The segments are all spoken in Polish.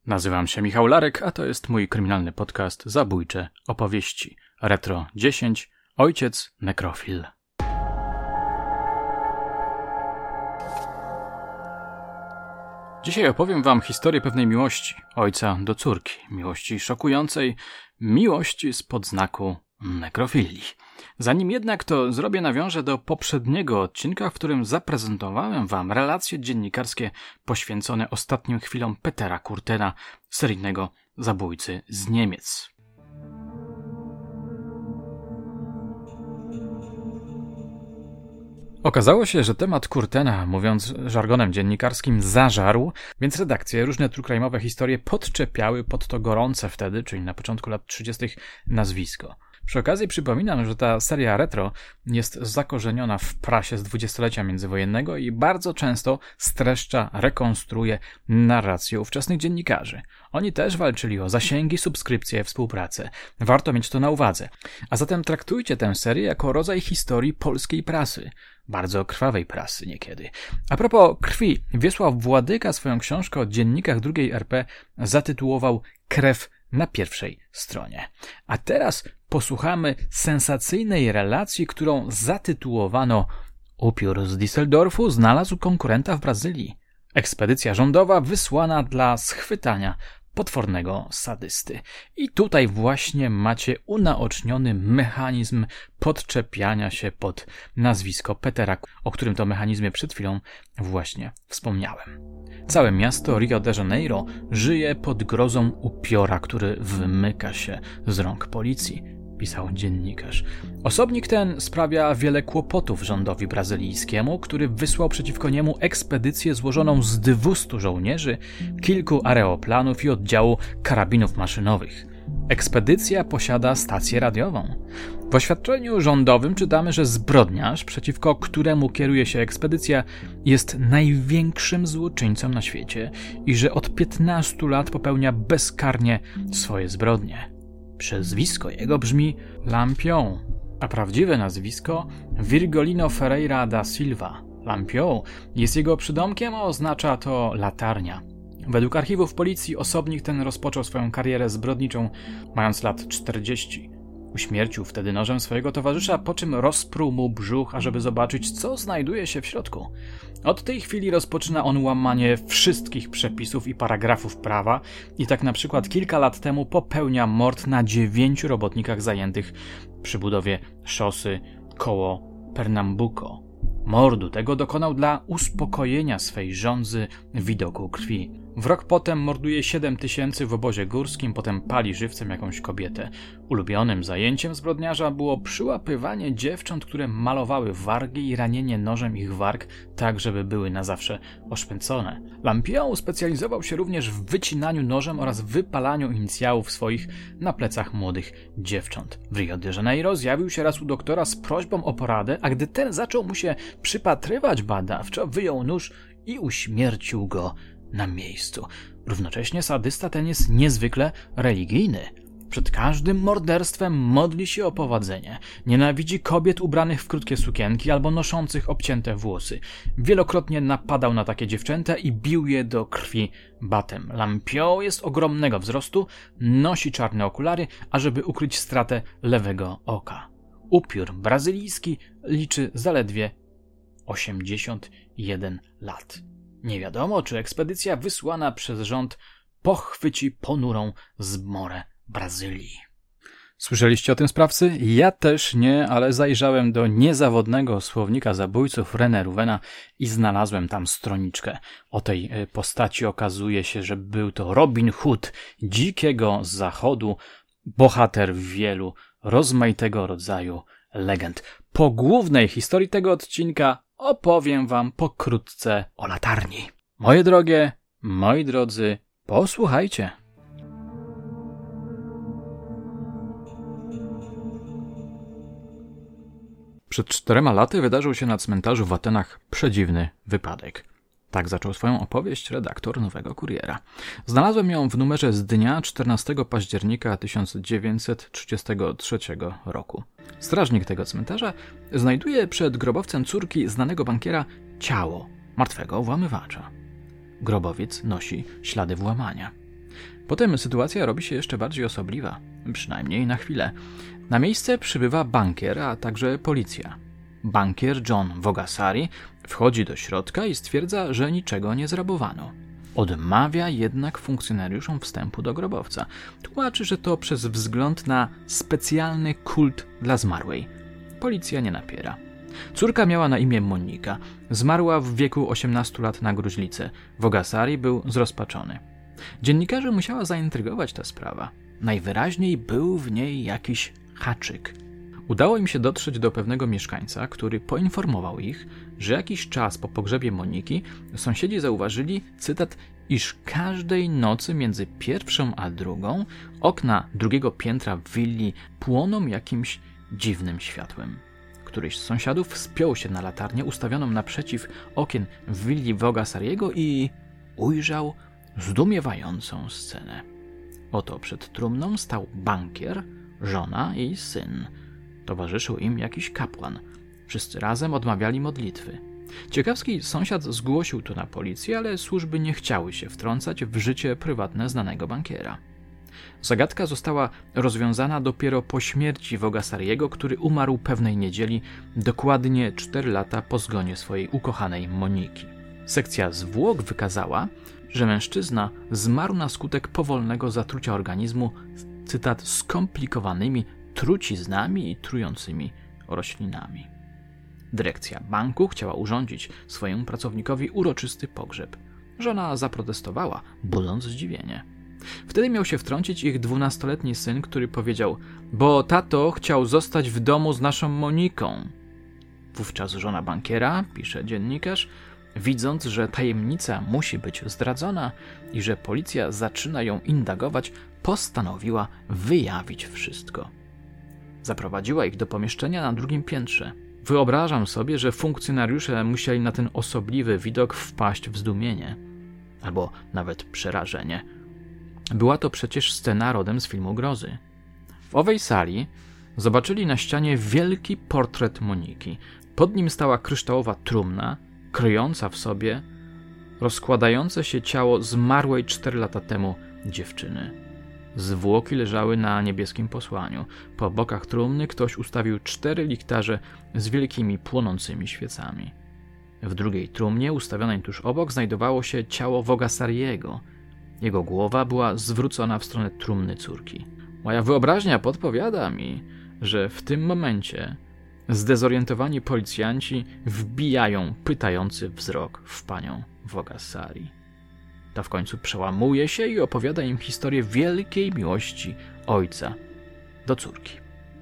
Nazywam się Michał Larek, a to jest mój kryminalny podcast Zabójcze opowieści. Retro 10. Ojciec nekrofil. Dzisiaj opowiem wam historię pewnej miłości ojca do córki. Miłości szokującej, miłości spod znaku nekrofilii. Zanim jednak to zrobię, nawiążę do poprzedniego odcinka, w którym zaprezentowałem wam relacje dziennikarskie poświęcone ostatnim chwilom Petera Kürtena, seryjnego zabójcy z Niemiec. Okazało się, że temat Kürtena, mówiąc żargonem dziennikarskim, zażarł, więc redakcje różne true crime'owe historie podczepiały pod to gorące wtedy, czyli na początku lat 30. nazwisko. Przy okazji przypominam, że ta seria retro jest zakorzeniona w prasie z dwudziestolecia międzywojennego i bardzo często streszcza, rekonstruuje narrację ówczesnych dziennikarzy. Oni też walczyli o zasięgi, subskrypcje, współpracę. Warto mieć to na uwadze. A zatem traktujcie tę serię jako rodzaj historii polskiej prasy. Bardzo krwawej prasy niekiedy. A propos krwi, Wiesław Władyka swoją książkę o dziennikach II RP zatytułował Krew na pierwszej stronie. A teraz posłuchamy sensacyjnej relacji, którą zatytułowano Upiór z Düsseldorfu znalazł konkurenta w Brazylii. Ekspedycja rządowa wysłana dla schwytania potwornego sadysty. I tutaj właśnie macie unaoczniony mechanizm podczepiania się pod nazwisko Petera, o którym to mechanizmie przed chwilą właśnie wspomniałem. Całe miasto Rio de Janeiro żyje pod grozą upiora, który wymyka się z rąk policji, pisał dziennikarz. Osobnik ten sprawia wiele kłopotów rządowi brazylijskiemu, który wysłał przeciwko niemu ekspedycję złożoną z 200 żołnierzy, kilku aeroplanów i oddziału karabinów maszynowych. Ekspedycja posiada stację radiową. W oświadczeniu rządowym czytamy, że zbrodniarz, przeciwko któremu kieruje się ekspedycja, jest największym złoczyńcą na świecie i że od 15 lat popełnia bezkarnie swoje zbrodnie. Przezwisko jego brzmi Lampião, a prawdziwe nazwisko Virgolino Ferreira da Silva. Lampião jest jego przydomkiem, a oznacza to latarnia. Według archiwów policji osobnik ten rozpoczął swoją karierę zbrodniczą mając lat 40. Uśmiercił wtedy nożem swojego towarzysza, po czym rozpruł mu brzuch, ażeby zobaczyć, co znajduje się w środku. Od tej chwili rozpoczyna on łamanie wszystkich przepisów i paragrafów prawa i tak na przykład kilka lat temu popełnia mord na 9 robotnikach zajętych przy budowie szosy koło Pernambuco. Mordu tego dokonał dla uspokojenia swej żądzy widoku krwi. W rok potem morduje 7000 w obozie górskim, potem pali żywcem jakąś kobietę. Ulubionym zajęciem zbrodniarza było przyłapywanie dziewcząt, które malowały wargi i ranienie nożem ich warg, tak żeby były na zawsze oszpęcone. Lampião specjalizował się również w wycinaniu nożem oraz wypalaniu inicjałów swoich na plecach młodych dziewcząt. W Rio de Janeiro zjawił się raz u doktora z prośbą o poradę, a gdy ten zaczął mu się przypatrywać badawczo, wyjął nóż i uśmiercił go na miejscu. Równocześnie sadysta ten jest niezwykle religijny. Przed każdym morderstwem modli się o powodzenie. Nienawidzi kobiet ubranych w krótkie sukienki albo noszących obcięte włosy. Wielokrotnie napadał na takie dziewczęta i bił je do krwi batem. Lampião jest ogromnego wzrostu, nosi czarne okulary, ażeby ukryć stratę lewego oka. Upiór brazylijski liczy zaledwie 81 lat. Nie wiadomo, czy ekspedycja wysłana przez rząd pochwyci ponurą zmorę Brazylii. Słyszeliście o tym sprawcy? Ja też nie, ale zajrzałem do niezawodnego słownika zabójców René Ruvena i znalazłem tam stroniczkę. O tej postaci okazuje się, że był to Robin Hood, dzikiego zachodu, bohater wielu rozmaitego rodzaju legend. Po głównej historii tego odcinka opowiem wam pokrótce o latarni. Moje drogie, moi drodzy, posłuchajcie. Przed 4 laty wydarzył się na cmentarzu w Atenach przedziwny wypadek. Tak zaczął swoją opowieść redaktor Nowego Kuriera. Znalazłem ją w numerze z dnia 14 października 1933 roku. Strażnik tego cmentarza znajduje przed grobowcem córki znanego bankiera ciało martwego włamywacza. Grobowiec nosi ślady włamania. Potem sytuacja robi się jeszcze bardziej osobliwa, przynajmniej na chwilę. Na miejsce przybywa bankier, a także policja. Bankier John Wogasari wchodzi do środka i stwierdza, że niczego nie zrabowano. Odmawia jednak funkcjonariuszom wstępu do grobowca. Tłumaczy, że to przez wzgląd na specjalny kult dla zmarłej. Policja nie napiera. Córka miała na imię Monika. Zmarła w wieku 18 lat na gruźlicę. Wogasari był zrozpaczony. Dziennikarzy musiała zaintrygować ta sprawa. Najwyraźniej był w niej jakiś haczyk. Udało im się dotrzeć do pewnego mieszkańca, który poinformował ich, że jakiś czas po pogrzebie Moniki sąsiedzi zauważyli, cytat, iż każdej nocy między pierwszą a drugą okna drugiego piętra w willi płoną jakimś dziwnym światłem. Któryś z sąsiadów wspiął się na latarnię ustawioną naprzeciw okien w willi Wogasariego i ujrzał zdumiewającą scenę. Oto przed trumną stał bankier, żona i syn. Towarzyszył im jakiś kapłan. Wszyscy razem odmawiali modlitwy. Ciekawski sąsiad zgłosił to na policję, ale służby nie chciały się wtrącać w życie prywatne znanego bankiera. Zagadka została rozwiązana dopiero po śmierci Wogasariego, który umarł pewnej niedzieli, dokładnie 4 lata po zgonie swojej ukochanej Moniki. Sekcja zwłok wykazała, że mężczyzna zmarł na skutek powolnego zatrucia organizmu, cytat, skomplikowanymi truciznami i trującymi roślinami. Dyrekcja banku chciała urządzić swojemu pracownikowi uroczysty pogrzeb. Żona zaprotestowała, budząc zdziwienie. Wtedy miał się wtrącić ich 12-letni syn, który powiedział: bo tato chciał zostać w domu z naszą Moniką. Wówczas żona bankiera, pisze dziennikarz, widząc, że tajemnica musi być zdradzona i że policja zaczyna ją indagować, postanowiła wyjawić wszystko. Zaprowadziła ich do pomieszczenia na drugim piętrze. Wyobrażam sobie, że funkcjonariusze musieli na ten osobliwy widok wpaść w zdumienie. Albo nawet przerażenie. Była to przecież scena rodem z filmu grozy. W owej sali zobaczyli na ścianie wielki portret Moniki. Pod nim stała kryształowa trumna, kryjąca w sobie rozkładające się ciało zmarłej 4 lata temu dziewczyny. Zwłoki leżały na niebieskim posłaniu. Po bokach trumny ktoś ustawił 4 lichtarze z wielkimi płonącymi świecami. W drugiej trumnie, ustawionej tuż obok, znajdowało się ciało Wogasariego. Jego głowa była zwrócona w stronę trumny córki. Moja wyobraźnia podpowiada mi, że w tym momencie zdezorientowani policjanci wbijają pytający wzrok w panią Wogasari. Ta w końcu przełamuje się i opowiada im historię wielkiej miłości ojca do córki.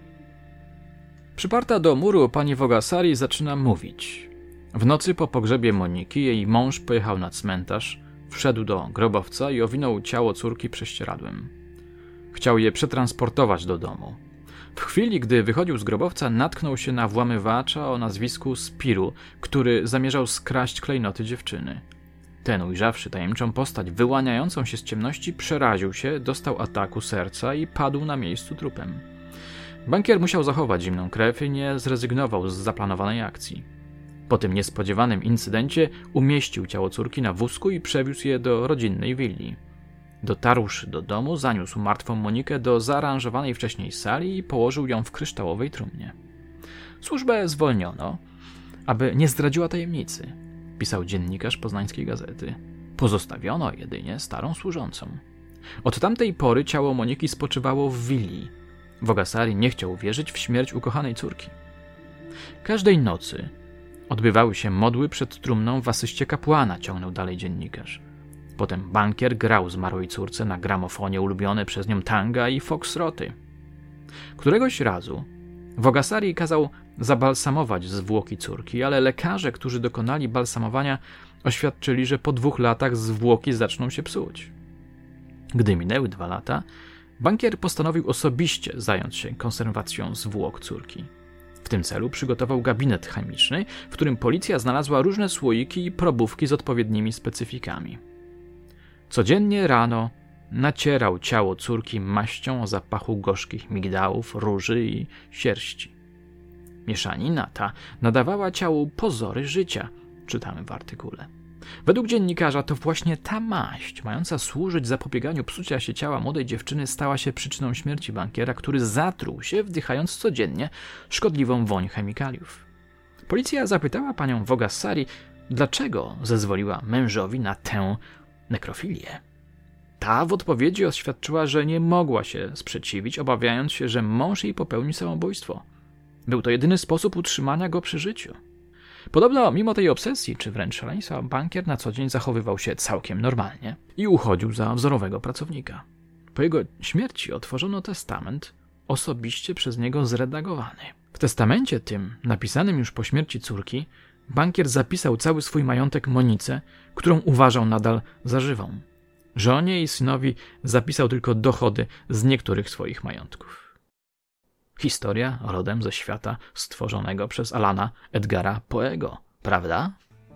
Przyparta do muru, pani Wogasari zaczyna mówić. W nocy po pogrzebie Moniki jej mąż pojechał na cmentarz, wszedł do grobowca i owinął ciało córki prześcieradłem. Chciał je przetransportować do domu. W chwili, gdy wychodził z grobowca, natknął się na włamywacza o nazwisku Spiru, który zamierzał skraść klejnoty dziewczyny. Ten, ujrzawszy tajemniczą postać wyłaniającą się z ciemności, przeraził się, dostał ataku serca i padł na miejscu trupem. Bankier musiał zachować zimną krew i nie zrezygnował z zaplanowanej akcji. Po tym niespodziewanym incydencie umieścił ciało córki na wózku i przewiózł je do rodzinnej willi. Dotarłszy do domu, zaniósł martwą Monikę do zaaranżowanej wcześniej sali i położył ją w kryształowej trumnie. Służbę zwolniono, aby nie zdradziła tajemnicy, pisał dziennikarz poznańskiej gazety. Pozostawiono jedynie starą służącą. Od tamtej pory ciało Moniki spoczywało w willi. Wogasari nie chciał wierzyć w śmierć ukochanej córki. Każdej nocy odbywały się modły przed trumną w asyście kapłana, ciągnął dalej dziennikarz. Potem bankier grał zmarłej córce na gramofonie ulubione przez nią tanga i foxtroty. Któregoś razu Wogasari kazał zabalsamować zwłoki córki, ale lekarze, którzy dokonali balsamowania, oświadczyli, że po 2 latach zwłoki zaczną się psuć. Gdy minęły 2 lata, bankier postanowił osobiście zająć się konserwacją zwłok córki. W tym celu przygotował gabinet chemiczny, w którym policja znalazła różne słoiki i probówki z odpowiednimi specyfikami. Codziennie rano nacierał ciało córki maścią o zapachu gorzkich migdałów, róży i sierści. Mieszanina ta nadawała ciału pozory życia, czytamy w artykule. Według dziennikarza to właśnie ta maść, mająca służyć zapobieganiu psucia się ciała młodej dziewczyny, stała się przyczyną śmierci bankiera, który zatruł się, wdychając codziennie szkodliwą woń chemikaliów. Policja zapytała panią Vogassari, dlaczego zezwoliła mężowi na tę nekrofilię. Ta w odpowiedzi oświadczyła, że nie mogła się sprzeciwić, obawiając się, że mąż jej popełni samobójstwo. Był to jedyny sposób utrzymania go przy życiu. Podobno, mimo tej obsesji, czy wręcz szaleństwa, bankier na co dzień zachowywał się całkiem normalnie i uchodził za wzorowego pracownika. Po jego śmierci otworzono testament, osobiście przez niego zredagowany. W testamencie tym, napisanym już po śmierci córki, bankier zapisał cały swój majątek Monice, którą uważał nadal za żywą. Żonie i synowi zapisał tylko dochody z niektórych swoich majątków. Historia rodem ze świata stworzonego przez Alana Edgara Poego, prawda?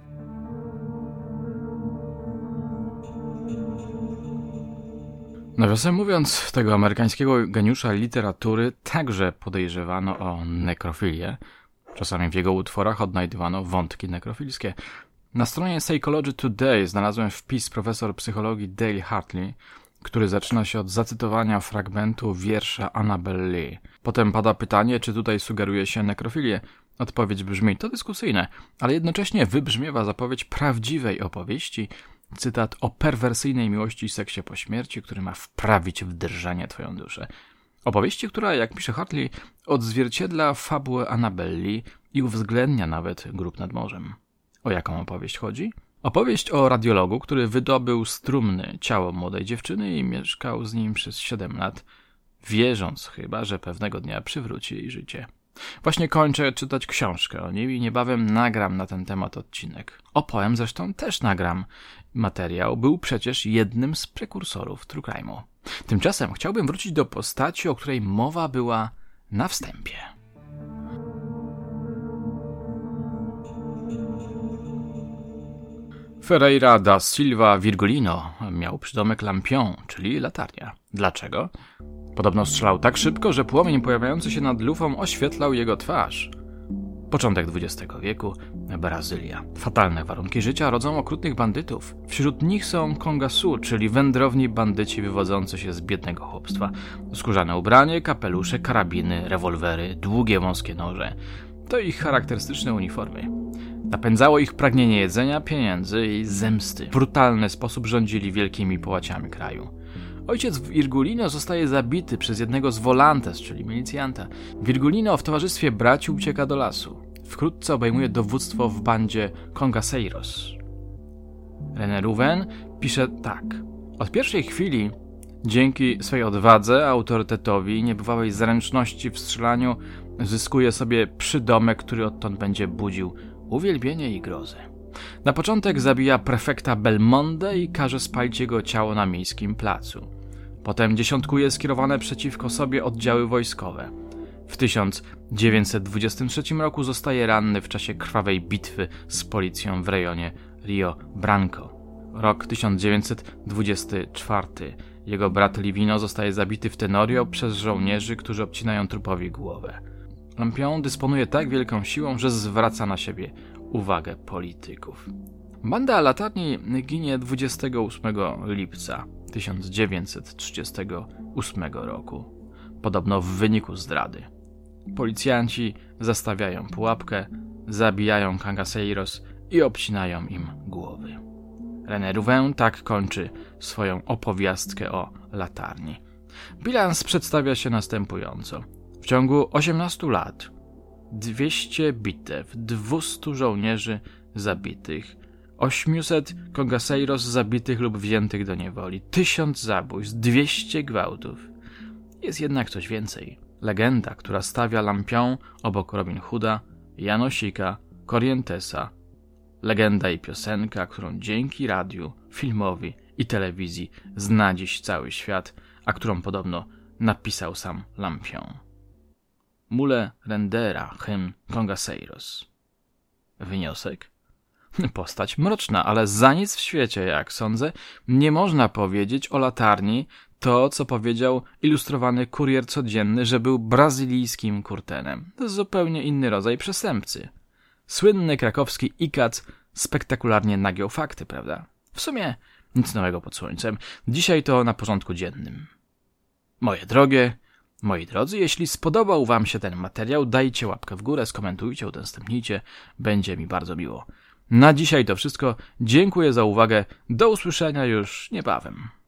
Nawiasem mówiąc, tego amerykańskiego geniusza literatury także podejrzewano o nekrofilię. Czasami w jego utworach odnajdywano wątki nekrofilskie. Na stronie Psychology Today znalazłem wpis profesor psychologii Dale Hartley, który zaczyna się od zacytowania fragmentu wiersza Annabel Lee. Potem pada pytanie, czy tutaj sugeruje się nekrofilię. Odpowiedź brzmi, to dyskusyjne, ale jednocześnie wybrzmiewa zapowiedź prawdziwej opowieści, cytat o perwersyjnej miłości i seksie po śmierci, który ma wprawić w drżenie twoją duszę. Opowieści, która, jak pisze Hartley, odzwierciedla fabułę Annabel Lee i uwzględnia nawet Grób nad morzem. O jaką opowieść chodzi? Opowieść o radiologu, który wydobył z trumny ciało młodej dziewczyny i mieszkał z nim przez 7 lat, wierząc chyba, że pewnego dnia przywróci jej życie. Właśnie kończę czytać książkę o nim i niebawem nagram na ten temat odcinek. O Poem zresztą też nagram materiał, był przecież jednym z prekursorów True Crime'u. Tymczasem chciałbym wrócić do postaci, o której mowa była na wstępie. Ferreira da Silva Virgulino miał przydomek Lampion, czyli latarnia. Dlaczego? Podobno strzelał tak szybko, że płomień pojawiający się nad lufą oświetlał jego twarz. Początek XX wieku, Brazylia. Fatalne warunki życia rodzą okrutnych bandytów. Wśród nich są kongasu, czyli wędrowni bandyci wywodzący się z biednego chłopstwa. Skórzane ubranie, kapelusze, karabiny, rewolwery, długie, wąskie noże. To ich charakterystyczne uniformy. Napędzało ich pragnienie jedzenia, pieniędzy i zemsty. W brutalny sposób rządzili wielkimi połaciami kraju. Ojciec Virgulino zostaje zabity przez jednego z volantes, czyli milicjanta. Virgulino w towarzystwie braci ucieka do lasu. Wkrótce obejmuje dowództwo w bandzie Congaseiros. René Rouven pisze tak. Od pierwszej chwili, dzięki swej odwadze, autorytetowi i niebywałej zręczności w strzelaniu, zyskuje sobie przydomek, który odtąd będzie budził uwielbienie i grozę. Na początek zabija prefekta Belmonte i każe spalić jego ciało na miejskim placu. Potem dziesiątkuje skierowane przeciwko sobie oddziały wojskowe. W 1923 roku zostaje ranny w czasie krwawej bitwy z policją w rejonie Rio Branco. Rok 1924. Jego brat Livino zostaje zabity w Tenorio przez żołnierzy, którzy obcinają trupowi głowę. Lampion dysponuje tak wielką siłą, że zwraca na siebie uwagę polityków. Banda latarni ginie 28 lipca 1938 roku. Podobno w wyniku zdrady. Policjanci zastawiają pułapkę, zabijają Congaseiros i obcinają im głowy. René Rouven tak kończy swoją opowiastkę o latarni. Bilans przedstawia się następująco. W ciągu 18 lat 200 bitew, 200 żołnierzy zabitych, 800 Congaseiros zabitych lub wziętych do niewoli, 1000 zabójstw, 200 gwałtów. Jest jednak coś więcej. Legenda, która stawia Lampion obok Robin Hooda, Janosika, Corrientesa. Legenda i piosenka, którą dzięki radiu, filmowi i telewizji zna dziś cały świat, a którą podobno napisał sam Lampion. Mule rendera hymn Congaseiros. Wniosek? Postać mroczna, ale za nic w świecie, jak sądzę, nie można powiedzieć o latarni to, co powiedział ilustrowany kurier codzienny, że był brazylijskim kurtenem. To zupełnie inny rodzaj przestępcy. Słynny krakowski Ikac spektakularnie nagiął fakty, prawda? W sumie nic nowego pod słońcem. Dzisiaj to na porządku dziennym. Moje drogie, moi drodzy, jeśli spodobał wam się ten materiał, dajcie łapkę w górę, skomentujcie, udostępnijcie. Będzie mi bardzo miło. Na dzisiaj to wszystko. Dziękuję za uwagę. Do usłyszenia już niebawem.